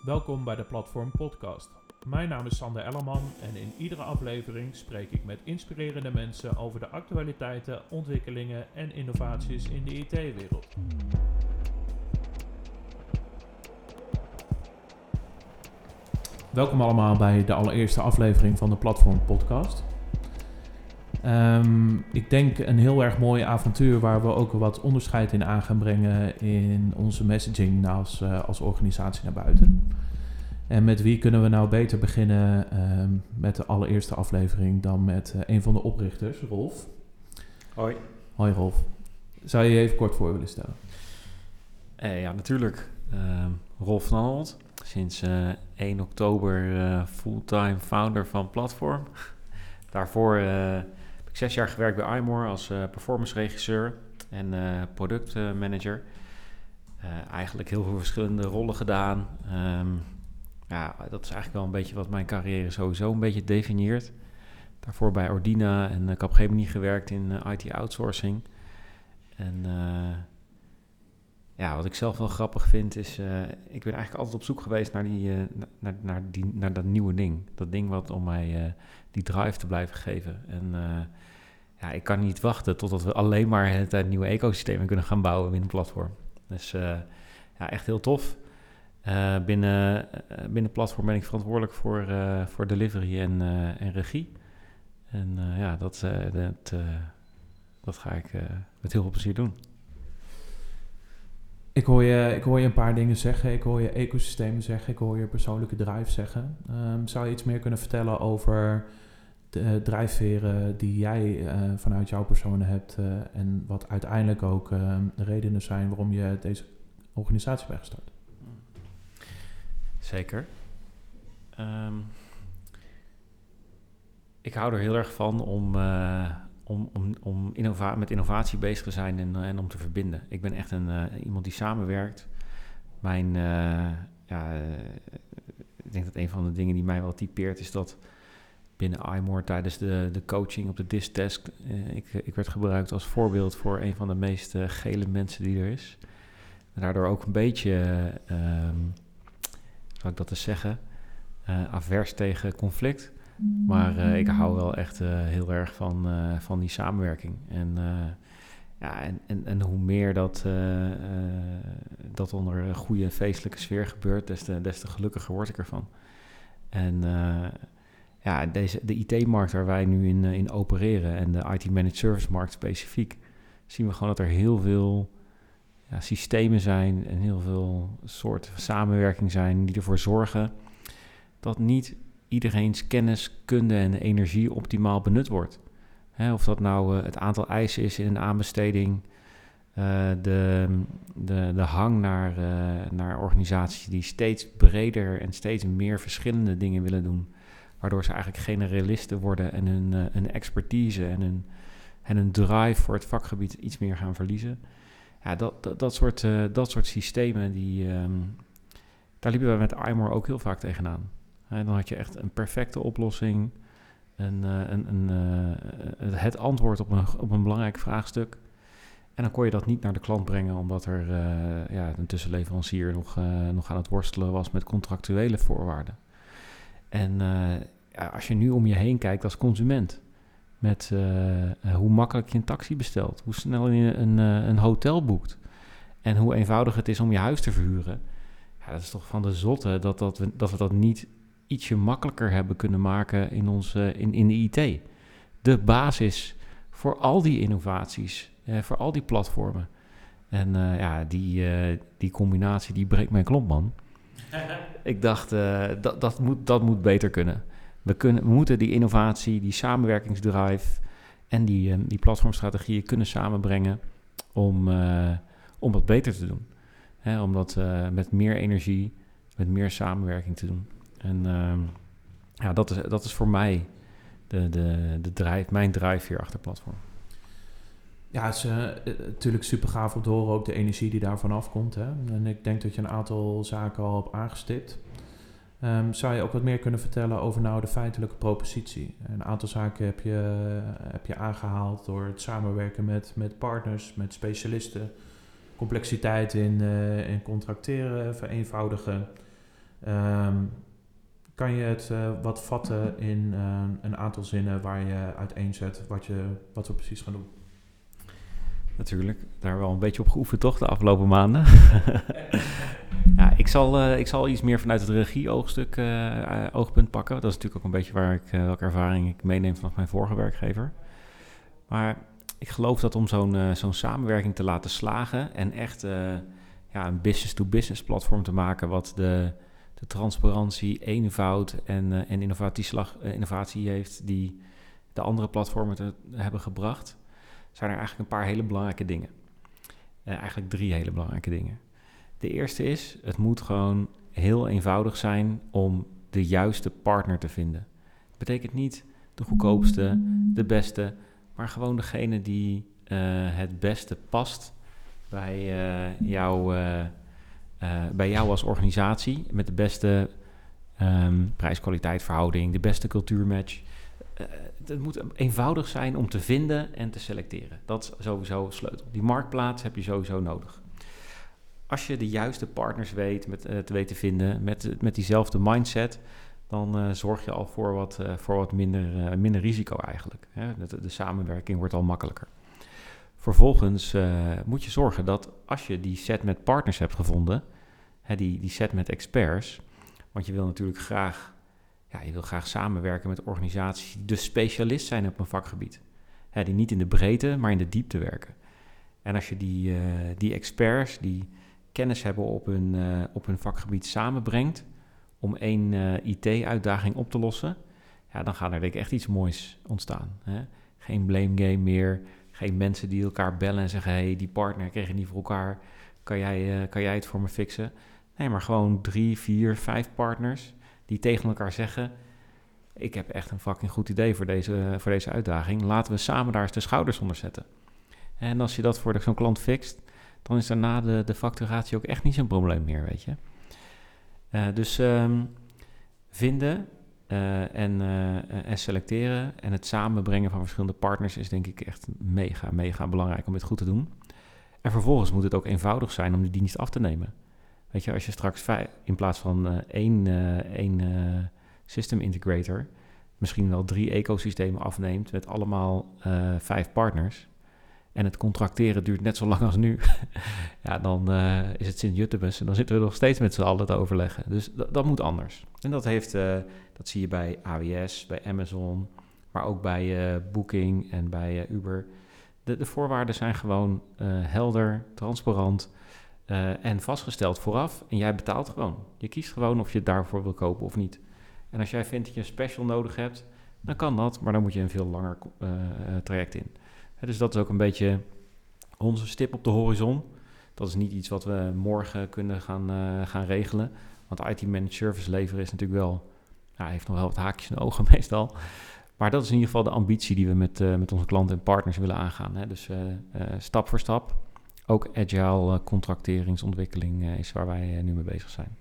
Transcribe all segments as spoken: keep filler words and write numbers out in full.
Welkom bij de Platform Podcast. Mijn naam is Sander Ellerman en in iedere aflevering spreek ik met inspirerende mensen over de actualiteiten, ontwikkelingen en innovaties in de I T-wereld. Welkom allemaal bij de allereerste aflevering van de Platform Podcast. Um, ik denk een heel erg mooi avontuur waar we ook wat onderscheid in aan gaan brengen in onze messaging als, uh, als organisatie naar buiten. En met wie kunnen we nou beter beginnen um, met de allereerste aflevering dan met uh, een van de oprichters, Rolf. Hoi. Hoi Rolf. Zou je je even kort voor willen stellen? Uh, ja, natuurlijk. Uh, Rolf van Anholt. Sinds uh, één oktober uh, fulltime founder van Platform. Daarvoor uh, heb ik zes jaar gewerkt bij iMore als uh, performance regisseur en uh, productmanager. Uh, eigenlijk heel veel verschillende rollen gedaan. Um, ja, dat is eigenlijk wel een beetje wat mijn carrière sowieso een beetje definieert. Daarvoor bij Ordina en uh, ik heb op Gemini gewerkt in uh, I T outsourcing. En uh, ja, wat ik zelf wel grappig vind is, uh, ik ben eigenlijk altijd op zoek geweest naar, die, uh, naar, naar, die, naar dat nieuwe ding. Dat ding wat om mij uh, die drive te blijven geven. En uh, ja, ik kan niet wachten totdat we alleen maar het, het nieuwe ecosystemen kunnen gaan bouwen binnen Platform. Dus uh, ja, echt heel tof. Uh, binnen, uh, binnen Platform ben ik verantwoordelijk voor, uh, voor delivery en, uh, en regie. En uh, ja, dat, uh, dat, uh, dat ga ik uh, met heel veel plezier doen. Ik hoor, je, ik hoor je een paar dingen zeggen. Ik hoor je ecosystemen zeggen. Ik hoor je persoonlijke drive zeggen. Um, zou je iets meer kunnen vertellen over de drijfveren die jij uh, vanuit jouw personen hebt uh, en wat uiteindelijk ook uh, de redenen zijn waarom je deze organisatie bent gestart? Zeker. Um, ik hou er heel erg van om, uh, om, om, om innova- met innovatie bezig te zijn en, uh, en om te verbinden. Ik ben echt een, uh, iemand die samenwerkt. Mijn, uh, ja, uh, ik denk dat een van de dingen die mij wel typeert is dat binnen iMore tijdens de, de coaching op de diskdesk, uh, ik, ik werd gebruikt als voorbeeld voor een van de meest uh, gele mensen die er is. En daardoor ook een beetje, uh, um, zou ik dat eens zeggen, uh, avers tegen conflict. Maar uh, ik hou wel echt uh, heel erg van, uh, van die samenwerking. En, uh, ja, en, en, en hoe meer dat, uh, uh, dat onder een goede feestelijke sfeer gebeurt, des te, des te gelukkiger word ik ervan. En uh, ja, deze, de I T-markt waar wij nu in, uh, in opereren en de I T-managed service markt specifiek, zien we gewoon dat er heel veel ja, systemen zijn en heel veel soorten samenwerking zijn die ervoor zorgen dat niet iedereen's kennis, kunde en energie optimaal benut wordt. Hè, of dat nou uh, het aantal eisen is in een aanbesteding, uh, de, de, de hang naar, uh, naar organisaties die steeds breder en steeds meer verschillende dingen willen doen, waardoor ze eigenlijk generalisten worden en hun, uh, hun expertise en hun, en hun drive voor het vakgebied iets meer gaan verliezen. Ja, dat, dat, dat, soort, uh, dat soort systemen, die, um, daar liepen we met iMore ook heel vaak tegenaan. En dan had je echt een perfecte oplossing, een, uh, een, een, uh, het antwoord op een, op een belangrijk vraagstuk. En dan kon je dat niet naar de klant brengen, omdat er uh, ja, een tussenleverancier nog, uh, nog aan het worstelen was met contractuele voorwaarden. En uh, ja, als je nu om je heen kijkt als consument, met uh, uh, hoe makkelijk je een taxi bestelt, hoe snel je een, uh, een hotel boekt en hoe eenvoudig het is om je huis te verhuren. Ja, dat is toch van de zotte dat, dat, we, dat we dat niet ietsje makkelijker hebben kunnen maken in, ons, uh, in, in de I T. De basis voor al die innovaties, uh, voor al die platformen. En uh, ja, die, uh, die combinatie, die breekt mijn klomp, man. Ik dacht, uh, dat, dat, moet, dat moet beter kunnen. We, kunnen. we moeten die innovatie, die samenwerkingsdrive en die, uh, die platformstrategieën kunnen samenbrengen om, uh, om dat beter te doen. Hè, om dat uh, met meer energie, met meer samenwerking te doen. En uh, ja, dat is, dat is voor mij de, de, de drive, mijn drive hier achter Platform. Ja, het is uh, natuurlijk super gaaf om te horen ook de energie die daarvan afkomt. Hè? En ik denk dat je een aantal zaken al hebt aangestipt. Um, zou je ook wat meer kunnen vertellen over nou de feitelijke propositie? Een aantal zaken heb je, heb je aangehaald door het samenwerken met, met partners, met specialisten. Complexiteit in, uh, in contracteren, vereenvoudigen. Um, kan je het uh, wat vatten in uh, een aantal zinnen waar je uiteenzet wat, je, wat we precies gaan doen? Natuurlijk, daar wel een beetje op geoefend toch, de afgelopen maanden. ja, ik zal, uh, ik zal iets meer vanuit het regie-oogstuk uh, uh, oogpunt pakken. Dat is natuurlijk ook een beetje waar ik, uh, welke ervaring ik meeneem vanaf mijn vorige werkgever. Maar ik geloof dat om zo'n, uh, zo'n samenwerking te laten slagen en echt uh, ja, een business-to-business platform te maken wat de, de transparantie, eenvoud en, uh, en innovatieslag, uh, innovatie heeft die de andere platformen te hebben gebracht, zijn er eigenlijk een paar hele belangrijke dingen. Uh, eigenlijk drie hele belangrijke dingen. De eerste is, het moet gewoon heel eenvoudig zijn om de juiste partner te vinden. Dat betekent niet de goedkoopste, de beste, maar gewoon degene die uh, het beste past bij, uh, jou, uh, uh, bij jou als organisatie. Met de beste um, prijs-kwaliteit verhouding, de beste cultuurmatch. Uh, het moet eenvoudig zijn om te vinden en te selecteren. Dat is sowieso sleutel. Die marktplaats heb je sowieso nodig. Als je de juiste partners weet met, uh, te weten vinden, met, met diezelfde mindset, dan uh, zorg je al voor wat, uh, voor wat minder, uh, minder risico eigenlijk. Hè? De, de samenwerking wordt al makkelijker. Vervolgens uh, moet je zorgen dat als je die set met partners hebt gevonden, hè, die, die set met experts, want je wil natuurlijk graag Ja, je wil graag samenwerken met organisaties die de specialist zijn op een vakgebied. Hè, die niet in de breedte, maar in de diepte werken. En als je die, uh, die experts die kennis hebben op hun, uh, op hun vakgebied samenbrengt om één uh, I T-uitdaging op te lossen, ja, dan gaat er denk ik echt iets moois ontstaan. Hè? Geen blame game meer, geen mensen die elkaar bellen en zeggen, hey, die partner kreeg je niet voor elkaar, kan jij, uh, kan jij het voor me fixen? Nee, maar gewoon drie, vier, vijf partners die tegen elkaar zeggen, ik heb echt een fucking goed idee voor deze, voor deze uitdaging. Laten we samen daar eens de schouders onder zetten. En als je dat voor de, zo'n klant fixt, dan is daarna de, de facturatie ook echt niet zo'n probleem meer, weet je. Uh, dus um, vinden uh, en, uh, en selecteren en het samenbrengen van verschillende partners is denk ik echt mega, mega belangrijk om dit goed te doen. En vervolgens moet het ook eenvoudig zijn om die dienst af te nemen. Weet je, als je straks vijf, in plaats van uh, één, uh, één uh, system integrator misschien wel drie ecosystemen afneemt met allemaal uh, vijf partners en het contracteren duurt net zo lang als nu, ja, dan uh, is het Sint-Juttebus en dan zitten we nog steeds met z'n allen te overleggen. Dus d- dat moet anders. En dat, heeft, uh, dat zie je bij A W S, bij Amazon, maar ook bij uh, Booking en bij uh, Uber. De, de voorwaarden zijn gewoon uh, helder, transparant, Uh, en vastgesteld vooraf en jij betaalt gewoon. Je kiest gewoon of je het daarvoor wil kopen of niet. En als jij vindt dat je een special nodig hebt, dan kan dat, maar dan moet je een veel langer uh, traject in. He, dus dat is ook een beetje onze stip op de horizon. Dat is niet iets wat we morgen kunnen gaan, uh, gaan regelen. Want I T-managed service leveren is natuurlijk wel, ja, heeft nog wel wat haakjes in de ogen meestal. Maar dat is in ieder geval de ambitie die we met, uh, met onze klanten en partners willen aangaan. Hè. Dus uh, uh, stap voor stap. Ook agile uh, contracteringsontwikkeling uh, is waar wij uh, nu mee bezig zijn.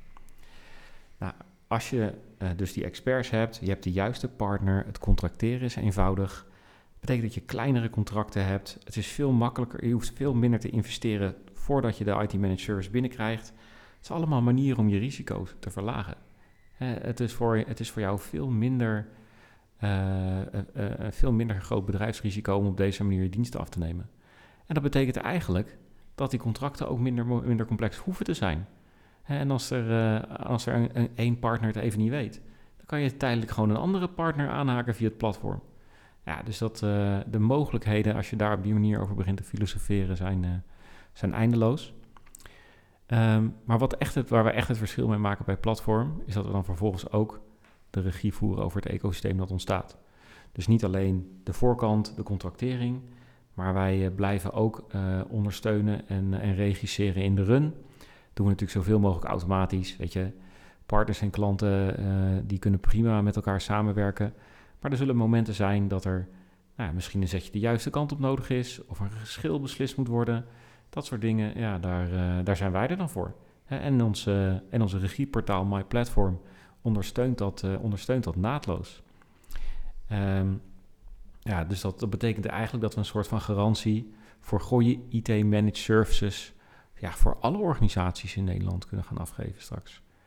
Nou, als je uh, dus die experts hebt, je hebt de juiste partner, het contracteren is eenvoudig. Dat betekent dat je kleinere contracten hebt. Het is veel makkelijker, je hoeft veel minder te investeren voordat je de I T-managed service binnenkrijgt. Het is allemaal manieren om je risico's te verlagen. Uh, het, is voor, het is voor jou veel minder, uh, uh, uh, veel minder groot bedrijfsrisico om op deze manier je diensten af te nemen. En dat betekent eigenlijk dat die contracten ook minder, minder complex hoeven te zijn. En als er, uh, als er een, een, één partner het even niet weet, dan kan je tijdelijk gewoon een andere partner aanhaken via het platform. Ja, dus dat, uh, de mogelijkheden, als je daar op die manier over begint te filosoferen, zijn, uh, zijn eindeloos. Um, maar wat echt het, waar we echt het verschil mee maken bij platform, is dat we dan vervolgens ook de regie voeren over het ecosysteem dat ontstaat. Dus niet alleen de voorkant, de contractering, maar wij uh, blijven ook uh, ondersteunen en, en regisseren in de run. Dat doen we natuurlijk zoveel mogelijk automatisch. Weet je, partners en klanten uh, die kunnen prima met elkaar samenwerken. Maar er zullen momenten zijn dat er nou, misschien een zetje de juiste kant op nodig is, of een geschil beslist moet worden. Dat soort dingen, ja, daar, uh, daar zijn wij er dan voor. Hè, en, onze, en onze regieportaal MyPlatform ondersteunt dat, uh, ondersteunt dat naadloos. Um, ja, dus dat, dat betekent eigenlijk dat we een soort van garantie voor goede I T-managed services ja, voor alle organisaties in Nederland kunnen gaan afgeven straks.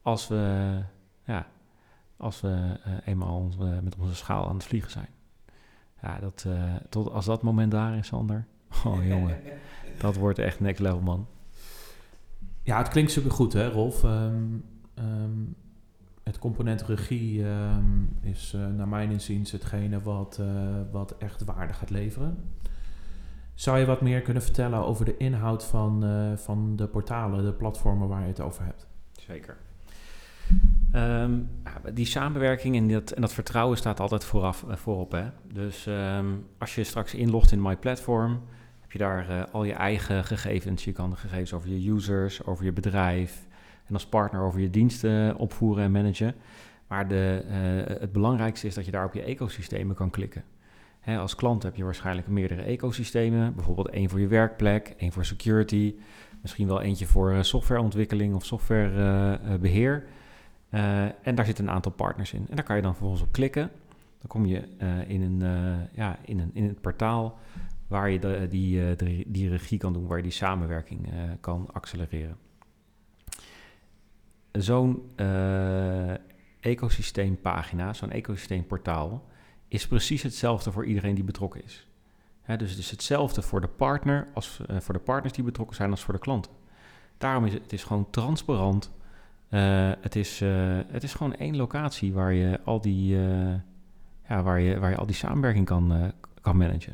als we, ja, als we uh, eenmaal ons, uh, met onze schaal aan het vliegen zijn. Ja, dat, uh, tot als dat moment daar is, Sander. Oh jongen, dat wordt echt next level, man. Ja, het klinkt supergoed, hè, Rolf? Um, um, het component regie um, is uh, naar mijn inziens hetgene wat, uh, wat echt waarde gaat leveren. Zou je wat meer kunnen vertellen over de inhoud van, uh, van de portalen, de platformen waar je het over hebt? Zeker. Um, die samenwerking en dat, en dat vertrouwen staat altijd vooraf, uh, voorop. Hè? Dus um, als je straks inlogt in My Platform, heb je daar uh, al je eigen gegevens. Je kan de gegevens over je users, over je bedrijf en als partner over je diensten opvoeren en managen. Maar de, uh, het belangrijkste is dat je daar op je ecosystemen kan klikken. Hè, als klant heb je waarschijnlijk meerdere ecosystemen. Bijvoorbeeld één voor je werkplek, één voor security. Misschien wel eentje voor uh, softwareontwikkeling of softwarebeheer. Uh, uh, en daar zitten een aantal partners in. En daar kan je dan vervolgens op klikken. Dan kom je uh, in, een, uh, ja, in, een, in het portaal waar je de, die, uh, de, die regie kan doen, waar je die samenwerking uh, kan accelereren. Zo'n uh, ecosysteempagina, zo'n ecosysteemportaal, is precies hetzelfde voor iedereen die betrokken is. He, dus het is hetzelfde voor de partner als uh, voor de partners die betrokken zijn als voor de klanten. Daarom is het, het is gewoon transparant. Uh, het, is, uh, het is gewoon één locatie waar je al die, uh, ja, waar je, waar je al die samenwerking kan, uh, kan managen.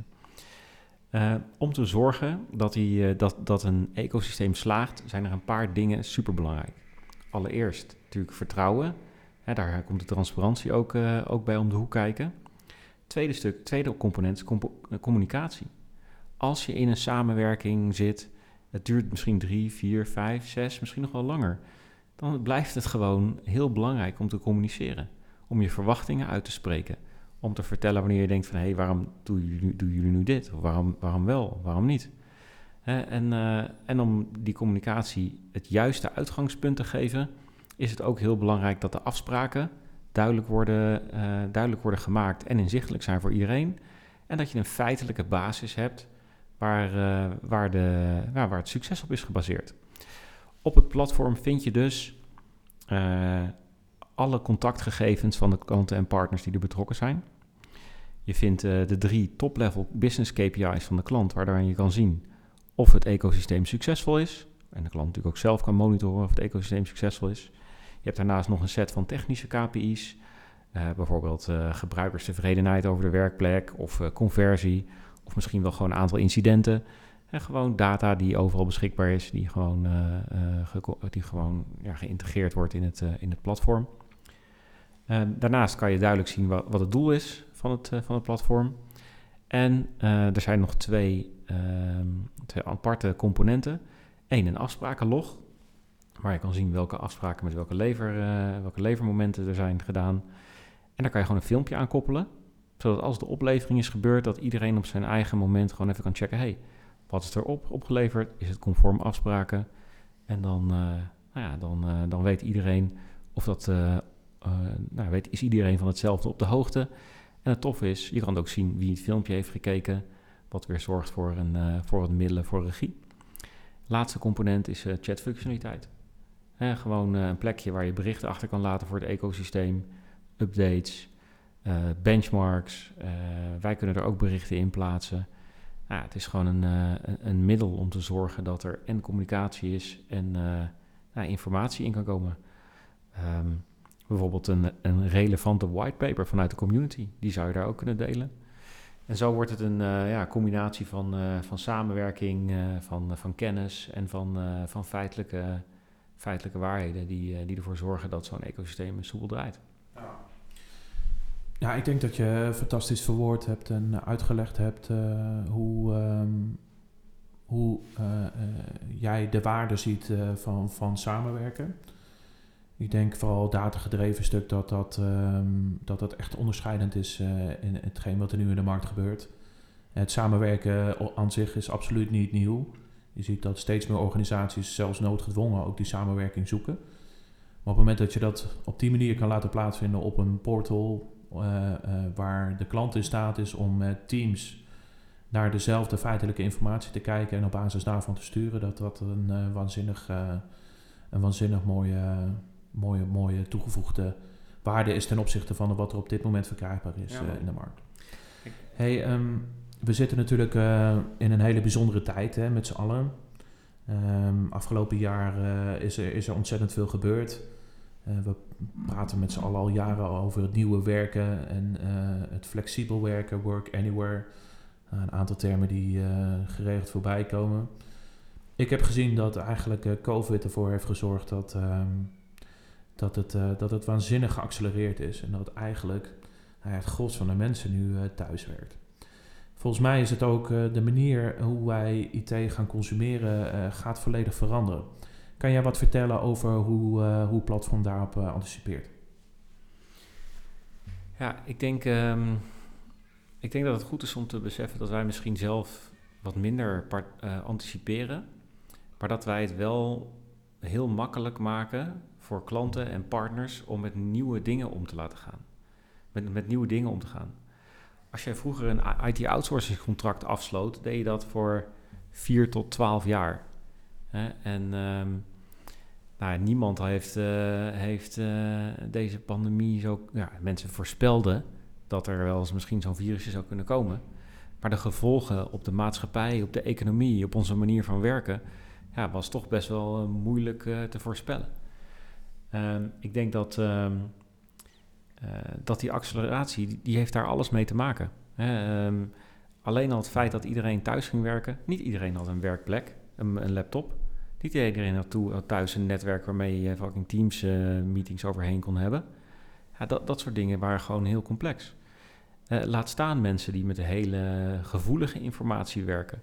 Uh, om te zorgen dat, die, uh, dat, dat een ecosysteem slaagt, zijn er een paar dingen superbelangrijk. Allereerst natuurlijk vertrouwen. He, daar komt de transparantie ook, uh, ook bij om de hoek kijken. Tweede stuk, tweede component is compo- communicatie. Als je in een samenwerking zit, het duurt misschien drie, vier, vijf, zes, misschien nog wel langer, dan blijft het gewoon heel belangrijk om te communiceren. Om je verwachtingen uit te spreken. Om te vertellen wanneer je denkt van, hé, hey, waarom doen jullie, doen jullie nu dit? Of waarom, waarom wel, waarom niet? He, en, uh, en om die communicatie het juiste uitgangspunt te geven, is het ook heel belangrijk dat de afspraken duidelijk worden, uh, duidelijk worden gemaakt en inzichtelijk zijn voor iedereen. En dat je een feitelijke basis hebt waar, uh, waar, de, waar, waar het succes op is gebaseerd. Op het platform vind je dus uh, alle contactgegevens van de klanten en partners die er betrokken zijn. Je vindt uh, de drie top-level business K P I's van de klant, waardoor je kan zien of het ecosysteem succesvol is. En de klant natuurlijk ook zelf kan monitoren of het ecosysteem succesvol is. Je hebt daarnaast nog een set van technische K P I's. Uh, bijvoorbeeld uh, gebruikerstevredenheid over de werkplek of uh, conversie. Of misschien wel gewoon een aantal incidenten. En gewoon data die overal beschikbaar is, die gewoon, uh, uh, geko- die gewoon ja, geïntegreerd wordt in het, uh, in het platform. Uh, daarnaast kan je duidelijk zien wat, wat het doel is van het, uh, van het platform. En uh, er zijn nog twee, uh, twee aparte componenten. Eén, een afsprakenlog, waar je kan zien welke afspraken met welke, lever, uh, welke levermomenten er zijn gedaan. En daar kan je gewoon een filmpje aan koppelen, zodat als de oplevering is gebeurd, dat iedereen op zijn eigen moment gewoon even kan checken, hey, wat is er op, opgeleverd? Is het conform afspraken? En dan, uh, nou ja, dan, uh, dan weet iedereen of dat, uh, uh, nou, weet, is iedereen van hetzelfde op de hoogte. En het tof is, je kan ook zien wie het filmpje heeft gekeken, wat weer zorgt voor, een, uh, voor wat middelen voor regie. Laatste component is uh, chatfunctionaliteit. He, gewoon uh, een plekje waar je berichten achter kan laten voor het ecosysteem, updates, uh, benchmarks. Uh, wij kunnen er ook berichten in plaatsen. Ja, het is gewoon een, uh, een, een middel om te zorgen dat er en communicatie is en uh, nou, informatie in kan komen. Um, bijvoorbeeld een, een relevante whitepaper vanuit de community, die zou je daar ook kunnen delen. En zo wordt het een uh, ja, combinatie van, uh, van samenwerking, uh, van, uh, van kennis en van, uh, van feitelijke, feitelijke waarheden die, uh, die ervoor zorgen dat zo'n ecosysteem soepel draait. Ja, ik denk dat je fantastisch verwoord hebt en uitgelegd hebt uh, hoe, um, hoe uh, uh, jij de waarde ziet uh, van, van samenwerken. Ik denk vooral datagedreven stuk dat dat, um, dat dat echt onderscheidend is uh, in hetgeen wat er nu in de markt gebeurt. Het samenwerken aan zich is absoluut niet nieuw. Je ziet dat steeds meer organisaties zelfs noodgedwongen ook die samenwerking zoeken. Maar op het moment dat je dat op die manier kan laten plaatsvinden op een portal Uh, uh, waar de klant in staat is om met teams naar dezelfde feitelijke informatie te kijken en op basis daarvan te sturen, dat dat een uh, waanzinnig, uh, een waanzinnig mooie, uh, mooie, mooie toegevoegde waarde is ten opzichte van wat er op dit moment verkrijgbaar is Ja, uh, in de markt. Hey, um, we zitten natuurlijk uh, in een hele bijzondere tijd hè, met z'n allen. Um, afgelopen jaar uh, is, er, is er ontzettend veel gebeurd. Uh, we praten met z'n allen al jaren over het nieuwe werken en uh, het flexibel werken, work anywhere. Uh, een aantal termen die uh, geregeld voorbij komen. Ik heb gezien dat eigenlijk uh, COVID ervoor heeft gezorgd dat, um, dat, het, uh, dat het waanzinnig geaccelereerd is. En dat eigenlijk uh, het gros van de mensen nu uh, thuis werkt. Volgens mij is het ook uh, de manier hoe wij I T gaan consumeren uh, gaat volledig veranderen. Kan jij wat vertellen over hoe, uh, hoe Platform daarop uh, anticipeert? Ja, ik denk, um, ik denk dat het goed is om te beseffen dat wij misschien zelf wat minder part, uh, anticiperen. Maar dat wij het wel heel makkelijk maken voor klanten en partners om met nieuwe dingen om te laten gaan. Met, met nieuwe dingen om te gaan. Als jij vroeger een I T-outsourcing contract afsloot, deed je dat voor vier tot twaalf jaar. Hè? En um, nou ja, niemand heeft, uh, heeft uh, deze pandemie zo... Ja, mensen voorspelden dat er wel eens misschien zo'n virusje zou kunnen komen. Maar de gevolgen op de maatschappij, op de economie, op onze manier van werken... Ja, was toch best wel uh, moeilijk uh, te voorspellen. Um, ik denk dat... Um, Uh, dat die acceleratie, die, die heeft daar alles mee te maken. Hè? Um, alleen al het feit dat iedereen thuis ging werken. Niet iedereen had een werkplek, een, een laptop. Niet iedereen had, toe, had thuis een netwerk waarmee je fucking Teams uh, meetings overheen kon hebben. Ja, dat, dat soort dingen waren gewoon heel complex. Uh, laat staan mensen die met hele gevoelige informatie werken.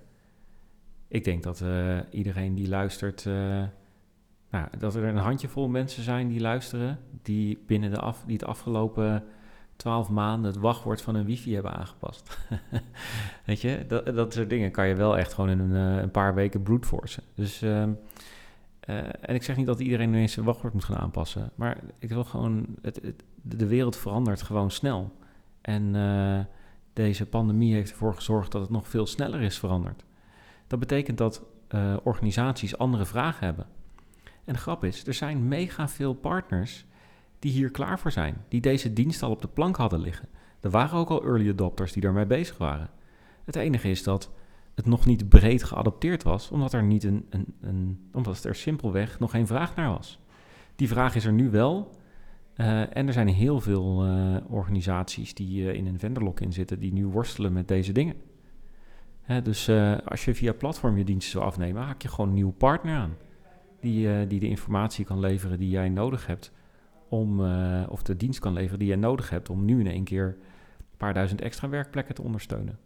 Ik denk dat uh, iedereen die luistert... Uh, Nou, dat er een handjevol mensen zijn die luisteren, die binnen de af, die het afgelopen twaalf maanden het wachtwoord van hun wifi hebben aangepast. Weet je, dat, dat soort dingen kan je wel echt gewoon in een, een paar weken brute forcen. Dus, uh, uh, en ik zeg niet dat iedereen ineens zijn wachtwoord moet gaan aanpassen, maar ik wil gewoon, het, het, de wereld verandert gewoon snel. En uh, deze pandemie heeft ervoor gezorgd dat het nog veel sneller is veranderd. Dat betekent dat uh, organisaties andere vragen hebben. En de grap is, er zijn mega veel partners die hier klaar voor zijn. Die deze dienst al op de plank hadden liggen. Er waren ook al early adopters die daarmee bezig waren. Het enige is dat het nog niet breed geadopteerd was, omdat er, niet een, een, een, omdat er simpelweg nog geen vraag naar was. Die vraag is er nu wel. Uh, en er zijn heel veel uh, organisaties die uh, in een vendor lock-in zitten, die nu worstelen met deze dingen. Uh, dus uh, als je via platform je diensten zou afnemen, haak je gewoon een nieuwe partner aan. Die, uh, die de informatie kan leveren die jij nodig hebt om, uh, of de dienst kan leveren die jij nodig hebt om nu in één keer een paar duizend extra werkplekken te ondersteunen.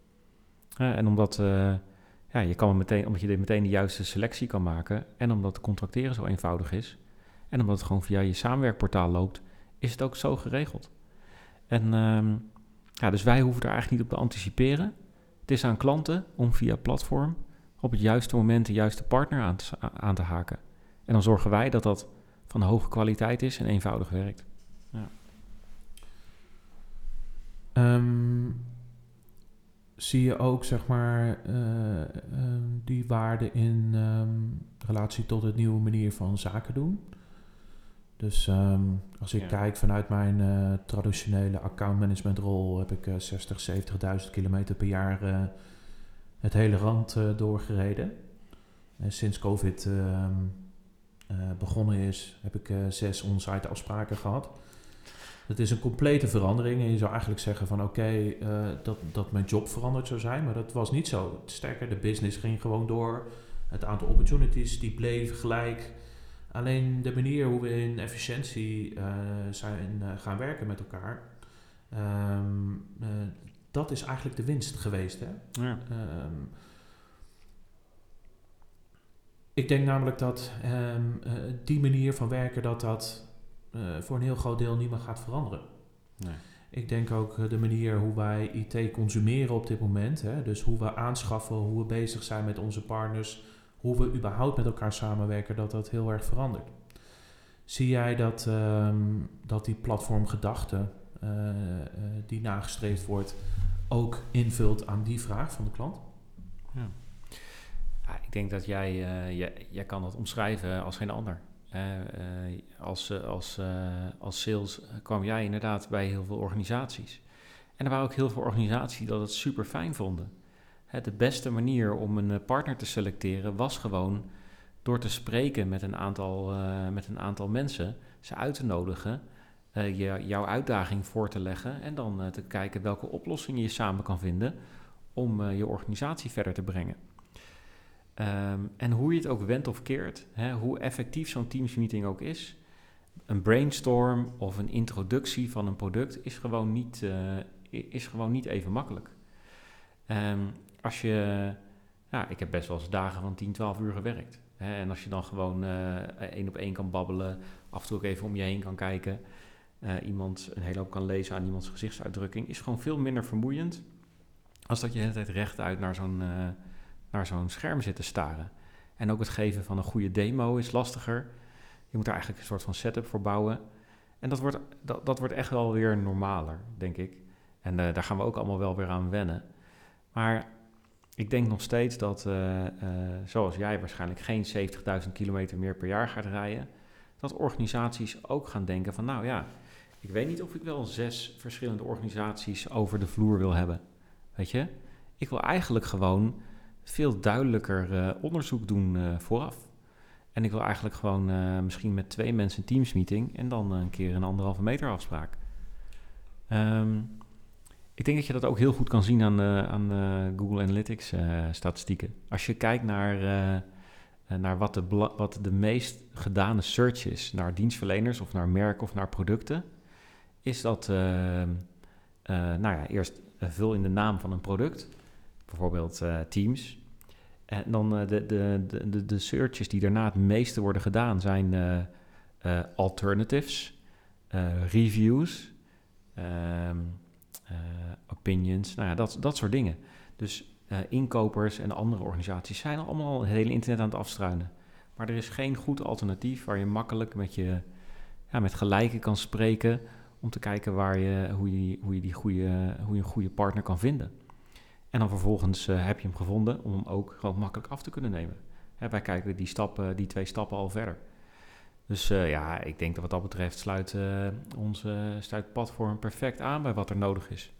Uh, en omdat, uh, ja, je kan meteen, omdat je meteen de juiste selectie kan maken en omdat het contracteren zo eenvoudig is en omdat het gewoon via je samenwerkportaal loopt, is het ook zo geregeld. En um, ja, dus wij hoeven er eigenlijk niet op te anticiperen. Het is aan klanten om via platform op het juiste moment de juiste partner aan te, aan te haken. En dan zorgen wij dat dat van hoge kwaliteit is en eenvoudig werkt. Ja. Um, zie je ook, zeg maar, uh, uh, die waarde in um, relatie tot het nieuwe manier van zaken doen? Dus um, als ik ja. kijk vanuit mijn uh, traditionele accountmanagementrol, heb ik uh, zestig, zeventigduizend kilometer per jaar uh, het hele land uh, doorgereden. En sinds COVID uh, uh, begonnen is, heb ik uh, zes on-site afspraken gehad. Dat is een complete verandering. En je zou eigenlijk zeggen van oké, okay, uh, dat, dat mijn job veranderd zou zijn. Maar dat was niet zo. Sterker, de business ging gewoon door. Het aantal opportunities die bleef gelijk. Alleen de manier hoe we in efficiëntie uh, zijn uh, gaan werken met elkaar. Um, uh, dat is eigenlijk de winst geweest. Hè? Ja. Um, ik denk namelijk dat um, uh, die manier van werken, dat dat uh, voor een heel groot deel niet meer gaat veranderen. Nee. Ik denk ook uh, de manier hoe wij I T consumeren op dit moment. Hè? Dus hoe we aanschaffen, hoe we bezig zijn met onze partners, hoe we überhaupt met elkaar samenwerken, dat dat heel erg verandert. Zie jij dat, um, dat die platformgedachte uh, uh, die nagestreefd wordt ook invult aan die vraag van de klant? Ja. Ja, ik denk dat jij, uh, jij, jij kan dat omschrijven als geen ander. Uh, uh, als, uh, als, uh, als sales kwam jij inderdaad bij heel veel organisaties. En er waren ook heel veel organisaties die dat het super fijn vonden. Hè, de beste manier om een partner te selecteren was gewoon door te spreken met een aantal, uh, met een aantal mensen, ze uit te nodigen, uh, je, jouw uitdaging voor te leggen en dan uh, te kijken welke oplossingen je samen kan vinden om uh, je organisatie verder te brengen. Um, en hoe je het ook wendt of keert, hè, hoe effectief zo'n teamsmeeting ook is, een brainstorm of een introductie van een product is gewoon niet, uh, is gewoon niet even makkelijk. Um, als je, ja, ik heb best wel eens dagen van tien, twaalf uur gewerkt. Hè, en als je dan gewoon uh, één op één kan babbelen, af en toe ook even om je heen kan kijken, uh, iemand een hele hoop kan lezen aan iemands gezichtsuitdrukking, is gewoon veel minder vermoeiend als dat je de hele tijd rechtuit naar zo'n... Uh, naar zo'n scherm zitten staren. En ook het geven van een goede demo is lastiger. Je moet daar eigenlijk een soort van setup voor bouwen. En dat wordt, dat, dat wordt echt wel weer normaler, denk ik. En uh, daar gaan we ook allemaal wel weer aan wennen. Maar ik denk nog steeds dat, uh, uh, zoals jij waarschijnlijk geen zeventigduizend kilometer meer per jaar gaat rijden, dat organisaties ook gaan denken van, nou ja, ik weet niet of ik wel zes verschillende organisaties over de vloer wil hebben. Weet je? Ik wil eigenlijk gewoon veel duidelijker uh, onderzoek doen uh, vooraf. En ik wil eigenlijk gewoon uh, misschien met twee mensen een teamsmeeting en dan uh, een keer een anderhalve meter afspraak. Um, ik denk dat je dat ook heel goed kan zien aan, uh, aan uh, Google Analytics uh, statistieken. Als je kijkt naar, uh, uh, naar wat, de bela- wat de meest gedane search is naar dienstverleners of naar merken of naar producten, is dat, uh, uh, nou ja, eerst uh, vul in de naam van een product. Bijvoorbeeld uh, Teams. En dan uh, de, de, de, de searches die daarna het meeste worden gedaan zijn uh, uh, alternatives, uh, reviews, um, uh, opinions, nou ja, dat, dat soort dingen. Dus uh, inkopers en andere organisaties zijn allemaal het hele internet aan het afstruinen. Maar er is geen goed alternatief waar je makkelijk met je ja, met gelijken kan spreken om te kijken waar je, hoe, je, hoe, je die goede, hoe je een goede partner kan vinden. En dan vervolgens uh, heb je hem gevonden om hem ook gewoon makkelijk af te kunnen nemen. Hè, wij kijken die, stappen, die twee stappen al verder. Dus uh, ja, ik denk dat wat dat betreft sluit uh, onze sluit platform perfect aan bij wat er nodig is.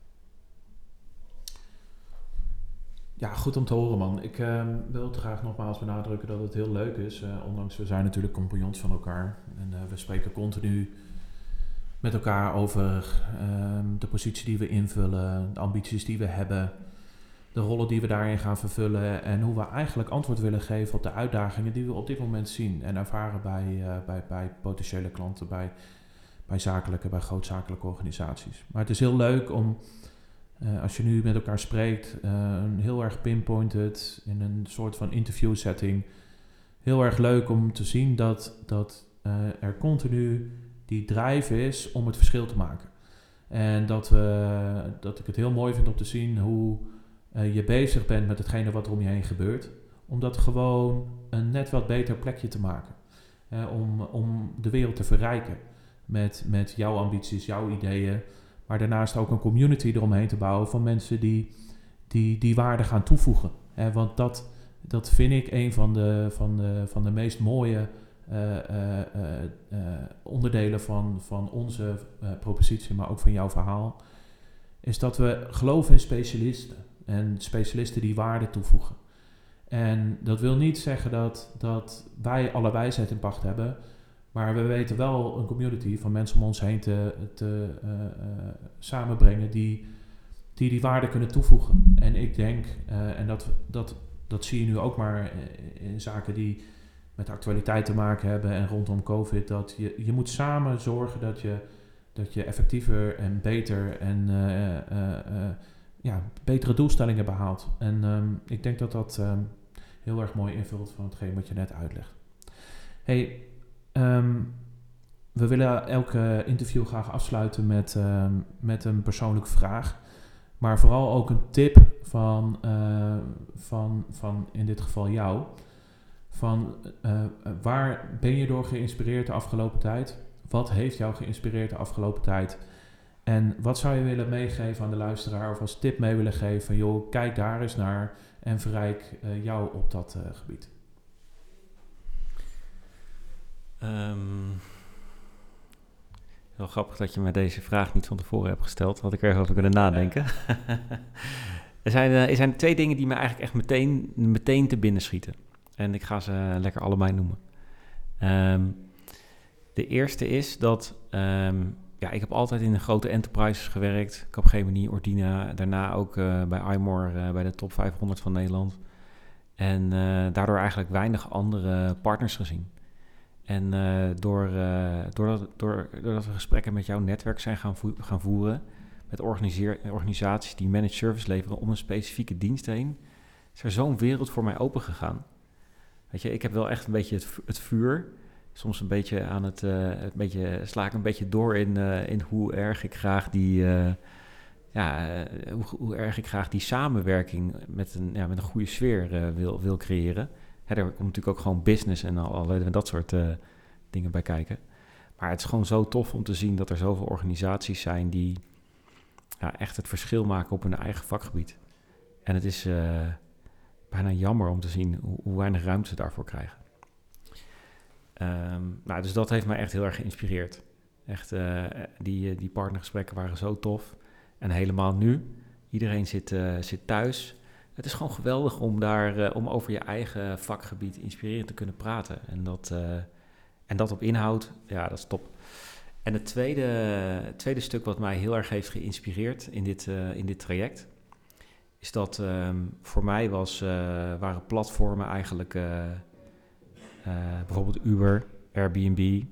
Ja, goed om te horen, man. Ik uh, wil het graag nogmaals benadrukken dat het heel leuk is. Uh, ondanks we zijn natuurlijk compagnons van elkaar. En uh, we spreken continu met elkaar over uh, de positie die we invullen, de ambities die we hebben, de rollen die we daarin gaan vervullen en hoe we eigenlijk antwoord willen geven op de uitdagingen die we op dit moment zien en ervaren bij, uh, bij, bij potentiële klanten, bij, bij zakelijke, bij grootzakelijke organisaties. Maar het is heel leuk om, uh, als je nu met elkaar spreekt, uh, heel erg pinpointed in een soort van interview setting, heel erg leuk om te zien dat, dat uh, er continu die drive is om het verschil te maken. En dat, we, dat ik het heel mooi vind om te zien hoe uh, je bezig bent met hetgene wat er om je heen gebeurt. Om dat gewoon een net wat beter plekje te maken. Uh, om, om de wereld te verrijken met, met jouw ambities, jouw ideeën. Maar daarnaast ook een community eromheen te bouwen van mensen die die, die waarde gaan toevoegen. Uh, want dat, dat vind ik een van de, van de, van de meest mooie Uh, uh, uh, uh, onderdelen van, van onze uh, propositie, maar ook van jouw verhaal, is dat we geloven in specialisten en specialisten die waarde toevoegen. En dat wil niet zeggen dat, dat wij alle wijsheid in pacht hebben, maar we weten wel een community van mensen om ons heen te, te uh, uh, samenbrengen die, die die waarde kunnen toevoegen. En ik denk, uh, en dat, dat, dat zie je nu ook maar in zaken die met de actualiteit te maken hebben en rondom COVID, dat je, je moet samen zorgen dat je, dat je effectiever en beter en uh, uh, uh, ja, betere doelstellingen behaalt. En um, ik denk dat dat um, heel erg mooi invult van hetgeen wat je net uitlegt. Hey, um, we willen elke interview graag afsluiten met, um, met een persoonlijke vraag, maar vooral ook een tip van, uh, van, van in dit geval jou. Van uh, waar ben je door geïnspireerd de afgelopen tijd? Wat heeft jou geïnspireerd de afgelopen tijd? En wat zou je willen meegeven aan de luisteraar of als tip mee willen geven van joh, kijk daar eens naar en verrijk uh, jou op dat uh, gebied? Wel grappig dat je me deze vraag niet van tevoren hebt gesteld. Had ik er even over kunnen nadenken. er, zijn, uh, er zijn twee dingen die me eigenlijk echt meteen, meteen te binnen schieten. En ik ga ze lekker allebei noemen. Um, de eerste is dat... Um, ja, ik heb altijd in de grote enterprises gewerkt. Capgemini, Ordina. Daarna ook uh, bij iMore, uh, bij de top vijfhonderd van Nederland. En uh, daardoor eigenlijk weinig andere partners gezien. En uh, door, uh, doordat, door, doordat we gesprekken met jouw netwerk zijn gaan, vo- gaan voeren... met organisaties die managed service leveren om een specifieke dienst heen... is er zo'n wereld voor mij open gegaan. Weet je, ik heb wel echt een beetje het, het vuur. Soms een beetje aan het... Uh, een beetje, sla ik een beetje door in, uh, in hoe erg ik graag die... Uh, ja, uh, hoe, hoe erg ik graag die samenwerking met een, ja, met een goede sfeer uh, wil, wil creëren... Hè, er komt natuurlijk ook gewoon business en al, al dat soort uh, dingen bij kijken. Maar het is gewoon zo tof om te zien dat er zoveel organisaties zijn die ja, echt het verschil maken op hun eigen vakgebied. En het is uh, bijna jammer om te zien hoe, hoe weinig ruimte ze daarvoor krijgen. Um, nou, dus dat heeft mij echt heel erg geïnspireerd. Echt, uh, die, die partnergesprekken waren zo tof. En helemaal nu, iedereen zit, uh, zit thuis... Het is gewoon geweldig om daar uh, om over je eigen vakgebied inspirerend te kunnen praten. En dat, uh, en dat op inhoud, ja, dat is top. En het tweede, het tweede stuk wat mij heel erg heeft geïnspireerd in dit, uh, in dit traject... is dat um, voor mij was, uh, waren platformen eigenlijk... Uh, uh, bijvoorbeeld Uber, Airbnb, uh,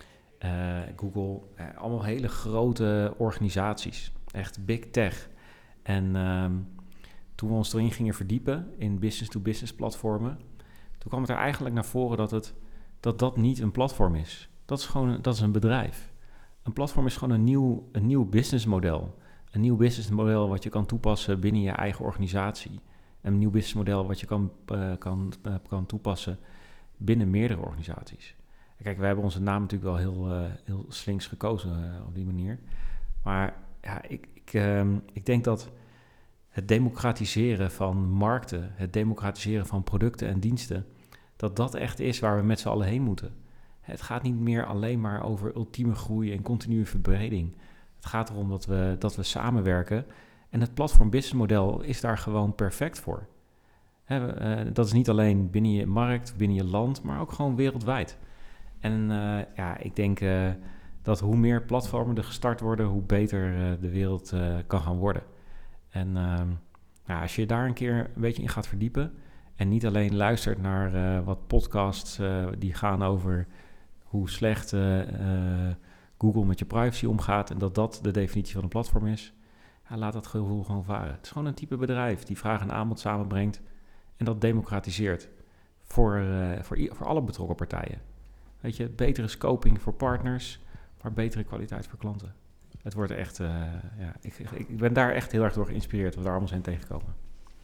Google... Uh, allemaal hele grote organisaties. Echt big tech. En... Um, Toen we ons erin gingen verdiepen in business-to-business platformen, toen kwam het er eigenlijk naar voren dat het, dat, dat niet een platform is. Dat is gewoon dat is een bedrijf. Een platform is gewoon een nieuw, een nieuw businessmodel. Een nieuw businessmodel wat je kan toepassen binnen je eigen organisatie. Een nieuw businessmodel wat je kan, uh, kan, uh, kan toepassen binnen meerdere organisaties. En kijk, wij hebben onze naam natuurlijk wel heel, uh, heel slinks gekozen uh, op die manier. Maar ja, ik, ik, uh, ik denk dat het democratiseren van markten, het democratiseren van producten en diensten, dat dat echt is waar we met z'n allen heen moeten. Het gaat niet meer alleen maar over ultieme groei en continue verbreding. Het gaat erom dat we, dat we samenwerken en het platform businessmodel is daar gewoon perfect voor. He, uh, dat is niet alleen binnen je markt, binnen je land, maar ook gewoon wereldwijd. En uh, ja, ik denk uh, dat hoe meer platformen er gestart worden, hoe beter uh, de wereld uh, kan gaan worden. En uh, ja, als je daar een keer een beetje in gaat verdiepen en niet alleen luistert naar uh, wat podcasts uh, die gaan over hoe slecht uh, uh, Google met je privacy omgaat en dat dat de definitie van een platform is, ja, laat dat gevoel gewoon varen. Het is gewoon een type bedrijf die vraag en aanbod samenbrengt en dat democratiseert voor, uh, voor, i- voor alle betrokken partijen. Weet je, betere scoping voor partners, maar betere kwaliteit voor klanten. Het wordt echt, uh, ja, ik, ik ben daar echt heel erg door geïnspireerd, wat we daar allemaal zijn tegengekomen.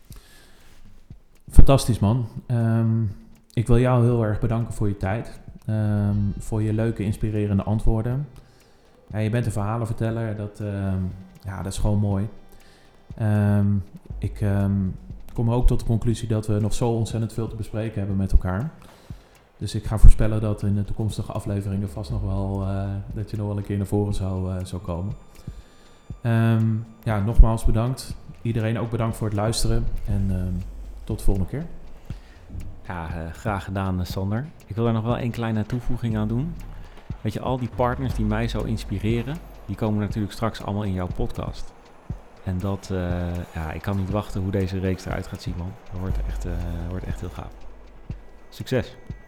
Fantastisch, man. Um, ik wil jou heel erg bedanken voor je tijd, um, voor je leuke, inspirerende antwoorden. Ja, je bent een verhalenverteller, dat, um, ja, dat is gewoon mooi. Um, ik um, kom ook tot de conclusie dat we nog zo ontzettend veel te bespreken hebben met elkaar. Dus ik ga voorspellen dat in de toekomstige afleveringen vast nog wel, uh, dat je nog wel een keer naar voren zou, uh, zou komen. Um, ja, nogmaals bedankt. Iedereen ook bedankt voor het luisteren en um, tot de volgende keer. Ja, uh, graag gedaan, Sander. Ik wil daar nog wel één kleine toevoeging aan doen. Weet je, al die partners die mij zo inspireren, die komen natuurlijk straks allemaal in jouw podcast. En dat, uh, ja, ik kan niet wachten hoe deze reeks eruit gaat zien, man. Dat wordt echt, uh, wordt echt heel gaaf. Succes!